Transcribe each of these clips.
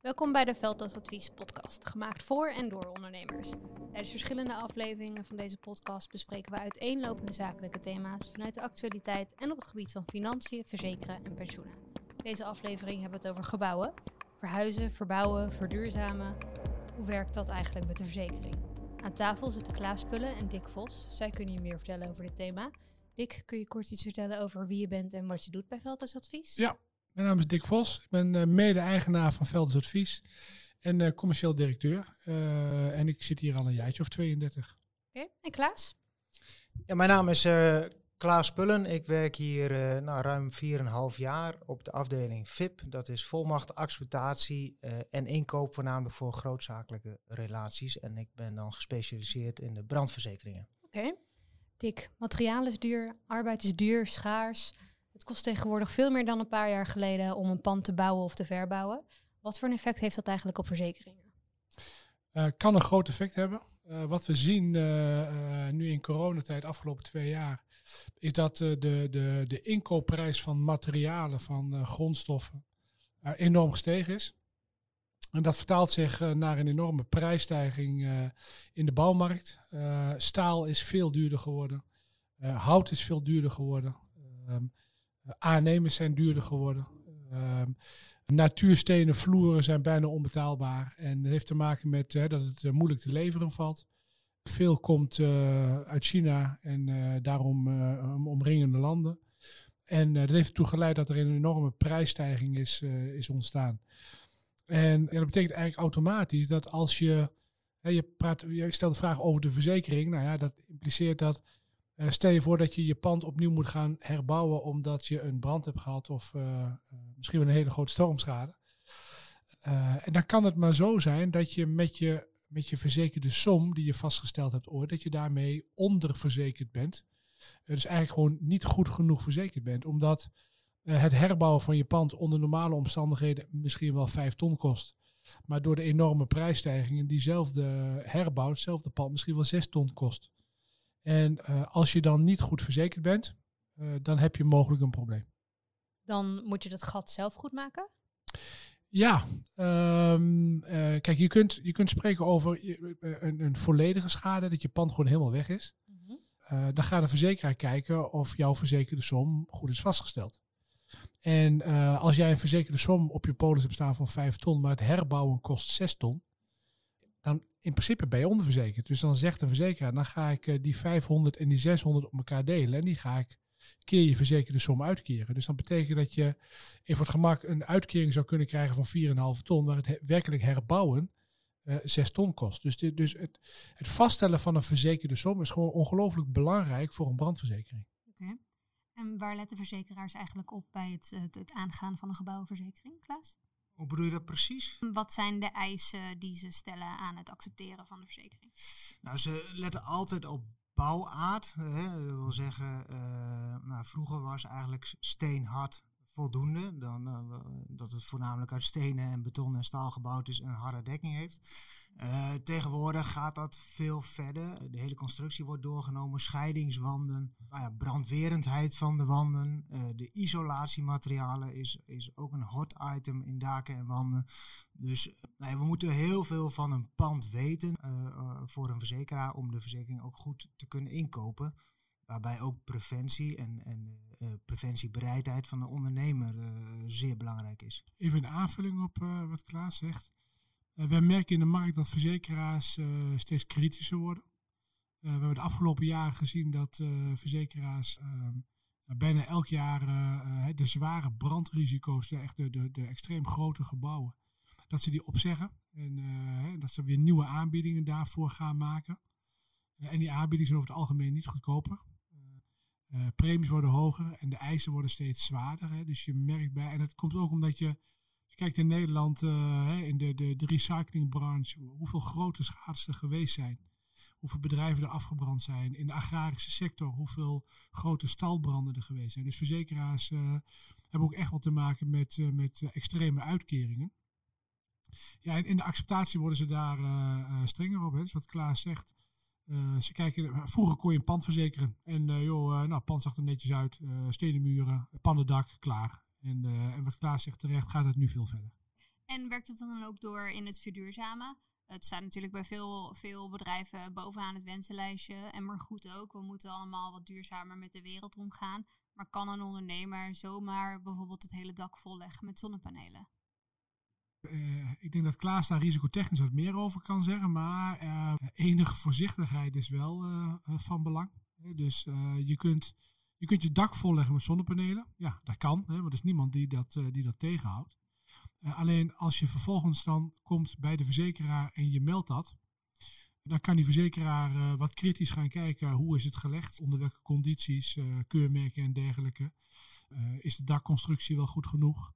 Welkom bij de Veldtas Advies podcast, gemaakt voor en door ondernemers. Tijdens verschillende afleveringen van deze podcast bespreken we uiteenlopende zakelijke thema's vanuit de actualiteit en op het gebied van financiën, verzekeren en pensioenen. Deze aflevering hebben we het over gebouwen, verhuizen, verbouwen, verduurzamen. Hoe werkt dat eigenlijk met de verzekering? Aan tafel zitten Klaas Pullen en Dick Vos. Zij kunnen je meer vertellen over dit thema. Dick, kun je kort iets vertellen over wie je bent en wat je doet bij Veldtas Advies? Ja. Mijn naam is Dick Vos. Ik ben mede-eigenaar van Veldtas Advies en commercieel directeur. En ik zit hier al een jaartje of 32. Oké. En Klaas? Ja, mijn naam is Klaas Pullen. Ik werk hier ruim 4,5 jaar op de afdeling VIP. Dat is volmacht, acceptatie en inkoop, voornamelijk voor grootzakelijke relaties. En ik ben dan gespecialiseerd in de brandverzekeringen. Oké. Dick, materiaal is duur, arbeid is duur, schaars. Het kost tegenwoordig veel meer dan een paar jaar geleden om een pand te bouwen of te verbouwen. Wat voor een effect heeft dat eigenlijk op verzekeringen? Kan een groot effect hebben. Wat we zien nu in coronatijd, afgelopen 2 jaar, is dat de inkoopprijs van materialen, van grondstoffen, enorm gestegen is. En dat vertaalt zich naar een enorme prijsstijging in de bouwmarkt. Staal is veel duurder geworden. Hout is veel duurder geworden. Aannemers zijn duurder geworden. Natuurstenen vloeren zijn bijna onbetaalbaar. En dat heeft te maken met dat het moeilijk te leveren valt. Veel komt uit China en daarom omringende landen. En dat heeft ertoe geleid dat er een enorme prijsstijging is ontstaan. En dat betekent eigenlijk automatisch dat als je stelt de vraag over de verzekering. Nou ja, dat impliceert dat stel je voor dat je je pand opnieuw moet gaan herbouwen omdat je een brand hebt gehad of misschien wel een hele grote stormschade. En dan kan het maar zo zijn dat je met je verzekerde som die je vastgesteld hebt ooit, dat je daarmee onderverzekerd bent. Dus eigenlijk gewoon niet goed genoeg verzekerd bent. Omdat het herbouwen van je pand onder normale omstandigheden misschien wel 5 ton kost. Maar door de enorme prijsstijgingen diezelfde herbouw, hetzelfde pand misschien wel 6 ton kost. En als je dan niet goed verzekerd bent, dan heb je mogelijk een probleem. Dan moet je dat gat zelf goed maken? Ja, kijk, je kunt spreken over een volledige schade, dat je pand gewoon helemaal weg is. Mm-hmm. Dan gaat de verzekeraar kijken of jouw verzekerde som goed is vastgesteld. En als jij een verzekerde som op je polis hebt staan van 5 ton, maar het herbouwen kost 6 ton, dan in principe ben je onderverzekerd. Dus dan zegt de verzekeraar, dan ga ik die 500 en die 600 op elkaar delen. En die ga ik keer je verzekerde som uitkeren. Dus dat betekent dat je even voor het gemak een uitkering zou kunnen krijgen van 4,5 ton. Waar het werkelijk herbouwen 6 ton kost. Dus het vaststellen van een verzekerde som is gewoon ongelooflijk belangrijk voor een brandverzekering. Oké. En waar letten verzekeraars eigenlijk op bij het aangaan van een gebouwenverzekering, Klaas? Hoe bedoel je dat precies? Wat zijn de eisen die ze stellen aan het accepteren van de verzekering? Nou, ze letten altijd op bouwaard. Dat wil zeggen, vroeger was eigenlijk steenhard voldoende. Dat het voornamelijk uit stenen en beton en staal gebouwd is en een harde dekking heeft. Tegenwoordig gaat dat veel verder. De hele constructie wordt doorgenomen, scheidingswanden, brandwerendheid van de wanden. De isolatiematerialen is ook een hot item in daken en wanden. Dus we moeten heel veel van een pand weten voor een verzekeraar om de verzekering ook goed te kunnen inkopen. Waarbij ook preventie en preventiebereidheid van de ondernemer zeer belangrijk is. Even een aanvulling op wat Klaas zegt. Wij merken in de markt dat verzekeraars steeds kritischer worden. We hebben de afgelopen jaren gezien dat verzekeraars bijna elk jaar de zware brandrisico's, de extreem grote gebouwen, dat ze die opzeggen. En dat ze weer nieuwe aanbiedingen daarvoor gaan maken. En die aanbiedingen zijn over het algemeen niet goedkoper. Premies worden hoger en de eisen worden steeds zwaarder. Dus je merkt bij, en dat komt ook omdat je kijkt in Nederland, in de recyclingbranche, hoeveel grote schades er geweest zijn. Hoeveel bedrijven er afgebrand zijn. In de agrarische sector, hoeveel grote stalbranden er geweest zijn. Dus verzekeraars hebben ook echt wel te maken met extreme uitkeringen. Ja, en in de acceptatie worden ze daar strenger op. Dus wat Klaas zegt. Ze kijken, vroeger kon je een pand verzekeren. En pand zag er netjes uit. Stenen muren, pannendak, klaar. En wat Klaas zegt terecht, gaat het nu veel verder. En werkt het dan ook door in het verduurzamen? Het staat natuurlijk bij veel bedrijven bovenaan het wensenlijstje. En maar goed ook, we moeten allemaal wat duurzamer met de wereld omgaan. Maar kan een ondernemer zomaar bijvoorbeeld het hele dak volleggen met zonnepanelen? Ik denk dat Klaas daar risicotechnisch wat meer over kan zeggen. Maar enige voorzichtigheid is wel van belang. Dus je kunt je dak volleggen met zonnepanelen. Ja, dat kan. Want er is niemand die dat tegenhoudt. Alleen als je vervolgens dan komt bij de verzekeraar en je meldt dat, dan kan die verzekeraar wat kritisch gaan kijken hoe is het gelegd, onder welke condities, keurmerken en dergelijke. Is de dakconstructie wel goed genoeg?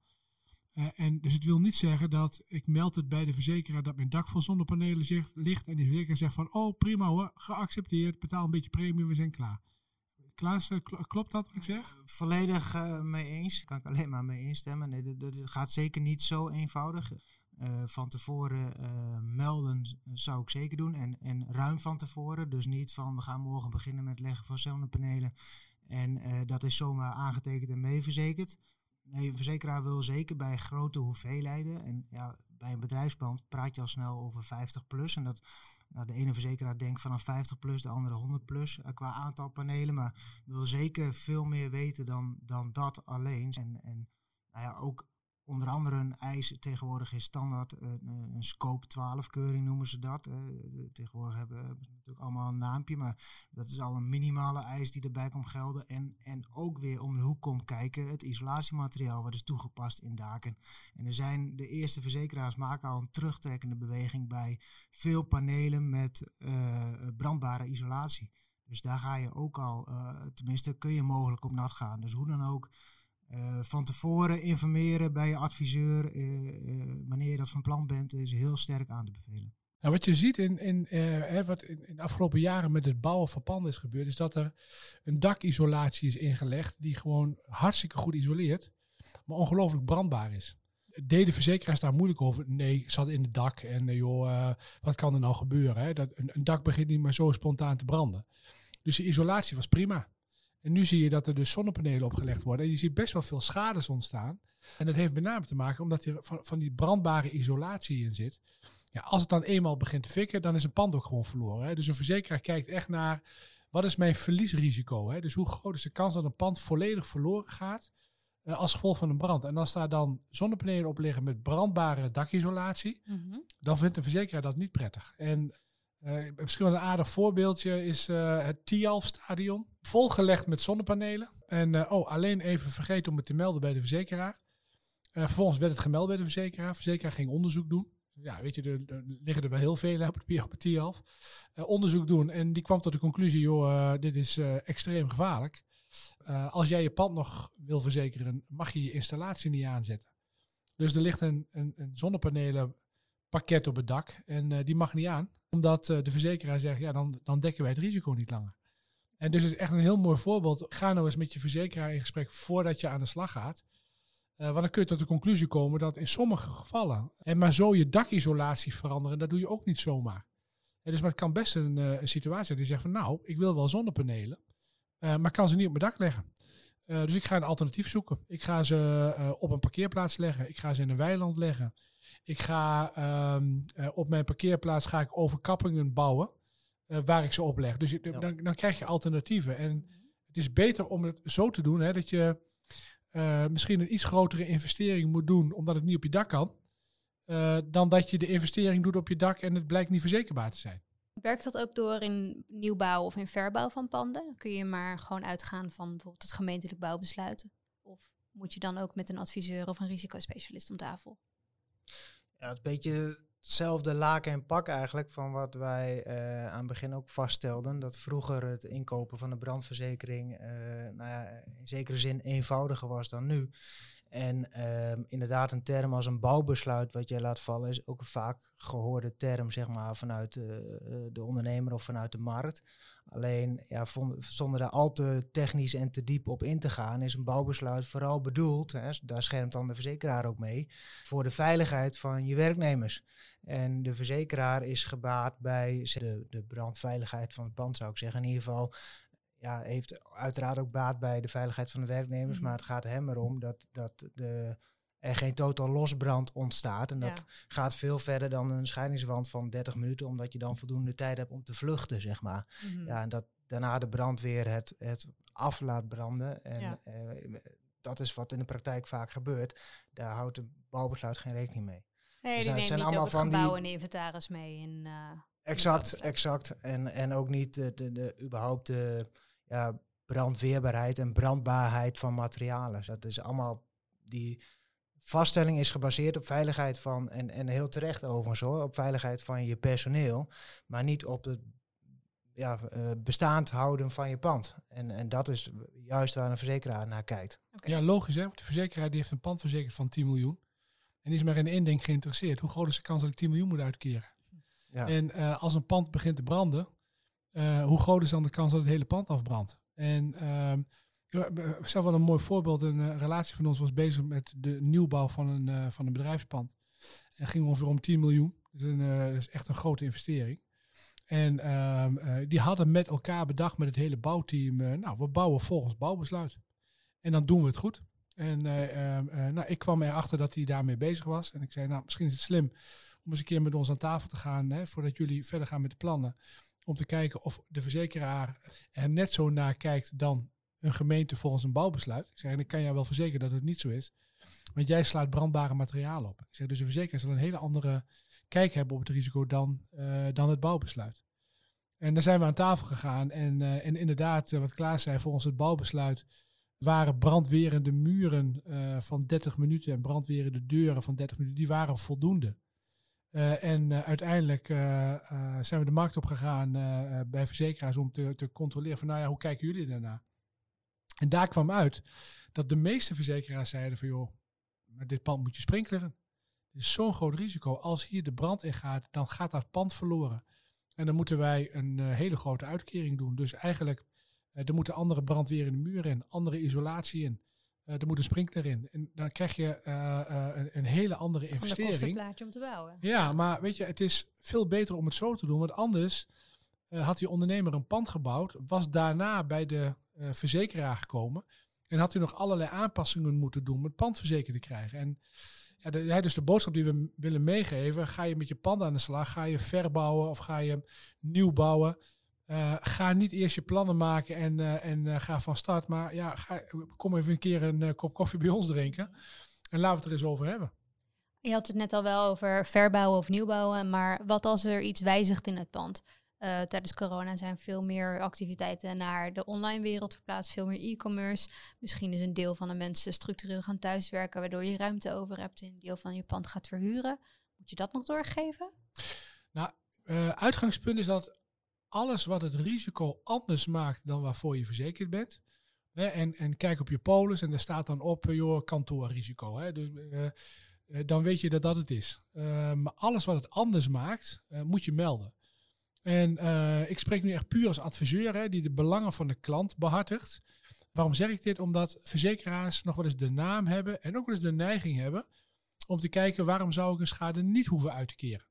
En dus het wil niet zeggen dat ik meld het bij de verzekeraar dat mijn dak vol zonnepanelen ligt en die verzekeraar zegt van oh prima hoor, geaccepteerd, betaal een beetje premie, we zijn klaar. Klaas, klopt dat wat ik zeg? Volledig mee eens. Kan ik alleen maar mee instemmen. Nee, dat gaat zeker niet zo eenvoudig. Van tevoren melden zou ik zeker doen. En ruim van tevoren. Dus niet van we gaan morgen beginnen met leggen van zonnepanelen. En dat is zomaar aangetekend en meeverzekerd. Nee, een verzekeraar wil zeker bij grote hoeveelheden. En ja, bij een bedrijfspand praat je al snel over 50 plus. En dat de ene verzekeraar denkt vanaf 50 plus, de andere 100 plus qua aantal panelen. Maar wil zeker veel meer weten dan dat alleen. En nou ja, ook onder andere een eis tegenwoordig is standaard een scope 12 keuring noemen ze dat. Tegenwoordig hebben ze natuurlijk allemaal een naampje, maar dat is al een minimale eis die erbij komt gelden. En ook weer om de hoek komt kijken het isolatiemateriaal wat is toegepast in daken. En de eerste verzekeraars maken al een terugtrekkende beweging bij veel panelen met brandbare isolatie. Dus daar ga je ook al, tenminste kun je mogelijk op nat gaan. Dus hoe dan ook. Van tevoren informeren bij je adviseur wanneer je dat van plan bent, is heel sterk aan te bevelen. Nou, wat je ziet wat in de afgelopen jaren met het bouwen van panden is gebeurd, is dat er een dakisolatie is ingelegd die gewoon hartstikke goed isoleert, maar ongelooflijk brandbaar is. Deden verzekeraars daar moeilijk over? Nee, zat in het dak en wat kan er nou gebeuren? Hè? Een dak begint niet maar zo spontaan te branden. Dus de isolatie was prima. En nu zie je dat er dus zonnepanelen opgelegd worden. En je ziet best wel veel schades ontstaan. En dat heeft met name te maken omdat er van die brandbare isolatie in zit. Ja, als het dan eenmaal begint te fikken, dan is een pand ook gewoon verloren. Hè? Dus een verzekeraar kijkt echt naar, wat is mijn verliesrisico? Hè? Dus hoe groot is de kans dat een pand volledig verloren gaat als gevolg van een brand? En als daar dan zonnepanelen op liggen met brandbare dakisolatie, dan vindt een verzekeraar dat niet prettig. En misschien wel een aardig voorbeeldje is het Tialf-stadion. Volgelegd met zonnepanelen. En alleen even vergeten om het te melden bij de verzekeraar. Vervolgens werd het gemeld bij de verzekeraar. De verzekeraar ging onderzoek doen. Ja, weet je, er liggen er wel heel veel op het Tialf. Onderzoek doen en die kwam tot de conclusie, dit is extreem gevaarlijk. Als jij je pand nog wil verzekeren, mag je je installatie niet aanzetten. Dus er ligt een zonnepanelenpakket op het dak en die mag niet aan. Omdat de verzekeraar zegt, ja, dan dekken wij het risico niet langer. En dus het is echt een heel mooi voorbeeld. Ga nou eens met je verzekeraar in gesprek voordat je aan de slag gaat. Want dan kun je tot de conclusie komen dat in sommige gevallen, maar zo je dakisolatie veranderen, dat doe je ook niet zomaar. Dus maar het kan best een situatie zijn die zegt van nou, ik wil wel zonnepanelen, maar kan ze niet op mijn dak leggen. Dus ik ga een alternatief zoeken. Ik ga ze op een parkeerplaats leggen. Ik ga ze in een weiland leggen. Ik ga op mijn parkeerplaats ga ik overkappingen bouwen waar ik ze op leg. Dus dan krijg je alternatieven. En het is beter om het zo te doen, hè, dat je misschien een iets grotere investering moet doen omdat het niet op je dak kan. Dan dat je de investering doet op je dak en het blijkt niet verzekerbaar te zijn. Werkt dat ook door in nieuwbouw of in verbouw van panden? Kun je maar gewoon uitgaan van bijvoorbeeld het gemeentelijk bouwbesluiten? Of moet je dan ook met een adviseur of een risicospecialist om tafel? Ja, het is een beetje hetzelfde laken en pak eigenlijk van wat wij aan het begin ook vaststelden. Dat vroeger het inkopen van de brandverzekering in zekere zin eenvoudiger was dan nu. En inderdaad een term als een bouwbesluit wat jij laat vallen is ook een vaak gehoorde term zeg maar vanuit de ondernemer of vanuit de markt. Alleen ja, zonder daar al te technisch en te diep op in te gaan is een bouwbesluit vooral bedoeld, daar schermt dan de verzekeraar ook mee, voor de veiligheid van je werknemers. En de verzekeraar is gebaat bij de brandveiligheid van het pand zou ik zeggen. In ieder geval heeft uiteraard ook baat bij de veiligheid van de werknemers. Maar het gaat hem erom dat de er geen totaal losbrand ontstaat. En dat gaat veel verder dan een scheidingswand van 30 minuten, omdat je dan voldoende tijd hebt om te vluchten, zeg maar. Mhm. Ja, en dat daarna de brandweer het af laat branden. En dat is wat in de praktijk vaak gebeurt. Daar houdt de bouwbesluit geen rekening mee. Nee, Dus die neemt zijn niet allemaal ook het van gebouw die- en de inventaris mee. Exact. En ook niet überhaupt de brandweerbaarheid en brandbaarheid van materialen. Dus dat is allemaal, die vaststelling is gebaseerd op veiligheid van, en heel terecht overigens hoor, op veiligheid van je personeel, maar niet op het bestaand houden van je pand. En dat is juist waar een verzekeraar naar kijkt. Okay. Ja, logisch hè. Want de verzekeraar die heeft een pand verzekerd van 10 miljoen. En die is maar in één ding geïnteresseerd. Hoe groot is de kans dat ik 10 miljoen moet uitkeren? Ja. En als een pand begint te branden, hoe groot is dan de kans dat het hele pand afbrandt? En zelf wel een mooi voorbeeld. Een relatie van ons was bezig met de nieuwbouw van een bedrijfspand. En ging ongeveer om 10 miljoen. Dus dat is echt een grote investering. En die hadden met elkaar bedacht met het hele bouwteam, we bouwen volgens bouwbesluit. En dan doen we het goed. En ik kwam erachter dat hij daarmee bezig was. En ik zei, misschien is het slim om eens een keer met ons aan tafel te gaan, voordat jullie verder gaan met de plannen. Om te kijken of de verzekeraar er net zo naar kijkt dan een gemeente volgens een bouwbesluit. Ik zeg, en ik kan jou wel verzekeren dat het niet zo is. Want jij slaat brandbare materialen op. Ik zeg, dus de verzekeraar zal een hele andere kijk hebben op het risico dan het bouwbesluit. En daar zijn we aan tafel gegaan. En inderdaad, wat Klaas zei, volgens het bouwbesluit waren brandwerende muren van 30 minuten en brandwerende deuren van 30 minuten, die waren voldoende. Uiteindelijk zijn we de markt op gegaan bij verzekeraars om te controleren van, hoe kijken jullie daarna? En daar kwam uit dat de meeste verzekeraars zeiden van, joh, met dit pand moet je sprinkleren. Het is zo'n groot risico. Als hier de brand in gaat, dan gaat dat pand verloren. En dan moeten wij een hele grote uitkering doen. Dus eigenlijk, er moeten andere brandwerende muren in, andere isolatie in. Er moet een sprinkler in. En dan krijg je een hele andere investering. Een kostenplaatje om te bouwen. Ja, maar weet je, het is veel beter om het zo te doen. Want anders had die ondernemer een pand gebouwd, was daarna bij de verzekeraar gekomen en had hij nog allerlei aanpassingen moeten doen om het pand verzekerd te krijgen. En dus de boodschap die we willen meegeven, ga je met je pand aan de slag, ga je verbouwen of ga je nieuw bouwen. Ga niet eerst je plannen maken en ga van start. Maar kom even een keer een kop koffie bij ons drinken. En laten we het er eens over hebben. Je had het net al wel over verbouwen of nieuwbouwen. Maar wat als er iets wijzigt in het pand? Tijdens corona zijn veel meer activiteiten naar de online wereld verplaatst. Veel meer e-commerce. Misschien is een deel van de mensen structureel gaan thuiswerken, waardoor je ruimte over hebt en een deel van je pand gaat verhuren. Moet je dat nog doorgeven? Nou, uitgangspunt is dat alles wat het risico anders maakt dan waarvoor je verzekerd bent. En kijk op je polis en daar staat dan op kantoorrisico. Dus dan weet je dat dat het is. Maar alles wat het anders maakt, moet je melden. En ik spreek nu echt puur als adviseur, die de belangen van de klant behartigt. Waarom zeg ik dit? Omdat verzekeraars nog wel eens de naam hebben en ook wel eens de neiging hebben om te kijken, waarom zou ik een schade niet hoeven uit te keren?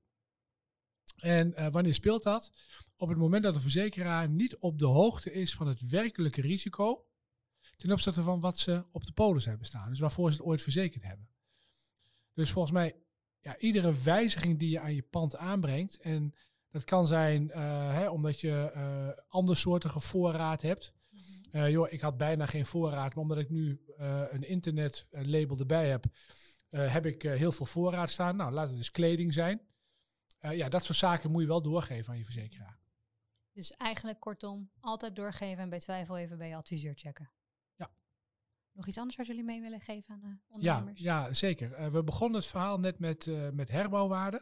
En wanneer speelt dat? Op het moment dat een verzekeraar niet op de hoogte is van het werkelijke risico ten opzichte van wat ze op de polis hebben staan. Dus waarvoor ze het ooit verzekerd hebben. Dus volgens mij, iedere wijziging die je aan je pand aanbrengt, en dat kan zijn omdat je andersoortige voorraad hebt. Ik had bijna geen voorraad, maar omdat ik nu een internetlabel erbij heb, heb ik heel veel voorraad staan. Nou, laat het dus kleding zijn. Dat soort zaken moet je wel doorgeven aan je verzekeraar. Dus eigenlijk kortom, altijd doorgeven en bij twijfel even bij je adviseur checken. Ja. Nog iets anders wat jullie mee willen geven aan de ondernemers? Ja, zeker. We begonnen het verhaal net met herbouwwaarde.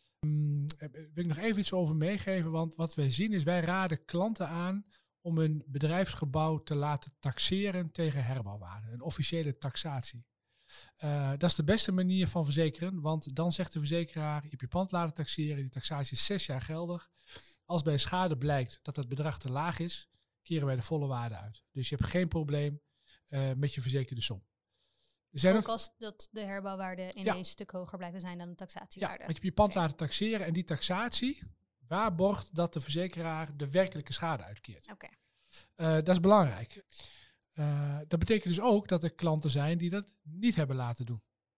Wil ik nog even iets over meegeven, want wat wij zien is, wij raden klanten aan om een bedrijfsgebouw te laten taxeren tegen herbouwwaarde. Een officiële taxatie. Dat is de beste manier van verzekeren, want dan zegt de verzekeraar, je hebt je pand laten taxeren, die taxatie is 6 jaar geldig. Als bij schade blijkt dat het bedrag te laag is, keren wij de volle waarde uit. Dus je hebt geen probleem met je verzekerde som. Ook als dat de herbouwwaarde ineens een stuk hoger blijkt te zijn dan de taxatiewaarde. Ja, want je hebt je pand laten taxeren en die taxatie waarborgt dat de verzekeraar de werkelijke schade uitkeert. Okay. Dat is belangrijk. Dat betekent dus ook dat er klanten zijn die dat niet hebben laten doen.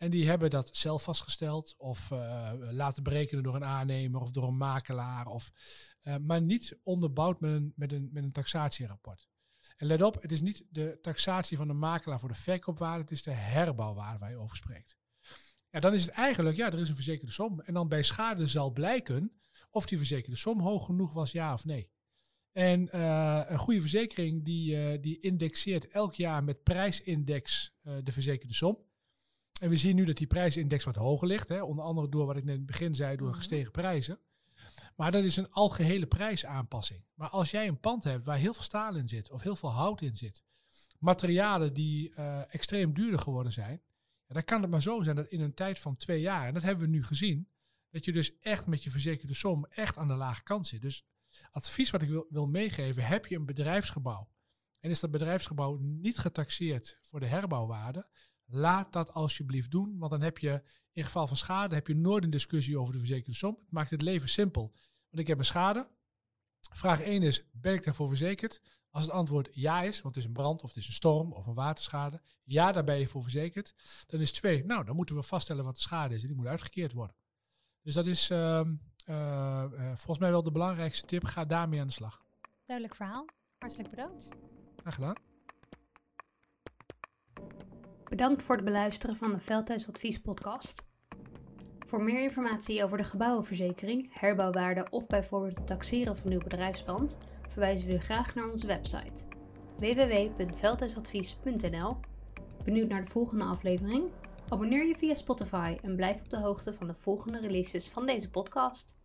En die hebben dat zelf vastgesteld of laten berekenen door een aannemer of door een makelaar. Maar niet onderbouwd met een taxatierapport. En let op, het is niet de taxatie van de makelaar voor de verkoopwaarde, het is de herbouwwaarde waar je over spreekt. Ja, dan is het eigenlijk, er is een verzekerde som. En dan bij schade zal blijken of die verzekerde som hoog genoeg was, ja of nee. En een goede verzekering die indexeert elk jaar met prijsindex de verzekerde som. En we zien nu dat die prijsindex wat hoger ligt. Hè, onder andere door wat ik net in het begin zei, door gestegen prijzen. Maar dat is een algehele prijsaanpassing. Maar als jij een pand hebt waar heel veel staal in zit of heel veel hout in zit, materialen die extreem duurder geworden zijn, dan kan het maar zo zijn dat in een tijd van 2 jaar, en dat hebben we nu gezien, dat je dus echt met je verzekerde som echt aan de lage kant zit. Dus advies wat ik wil meegeven, heb je een bedrijfsgebouw en is dat bedrijfsgebouw niet getaxeerd voor de herbouwwaarde, laat dat alsjeblieft doen, want dan heb je in geval van schade heb je nooit een discussie over de verzekerde som. Het maakt het leven simpel. Want ik heb een schade. Vraag 1 is, ben ik daarvoor verzekerd? Als het antwoord ja is, want het is een brand of het is een storm of een waterschade, ja, daar ben je voor verzekerd. Dan is 2, dan moeten we vaststellen wat de schade is en die moet uitgekeerd worden. Dus dat is volgens mij wel de belangrijkste tip. Ga daarmee aan de slag. Duidelijk verhaal. Hartelijk bedankt. Graag gedaan. Bedankt voor het beluisteren van de Veldhuisadvies podcast. Voor meer informatie over de gebouwenverzekering, herbouwwaarde of bijvoorbeeld het taxeren van uw bedrijfspand, verwijzen we u graag naar onze website www.veldhuisadvies.nl. Benieuwd naar de volgende aflevering? Abonneer je via Spotify en blijf op de hoogte van de volgende releases van deze podcast.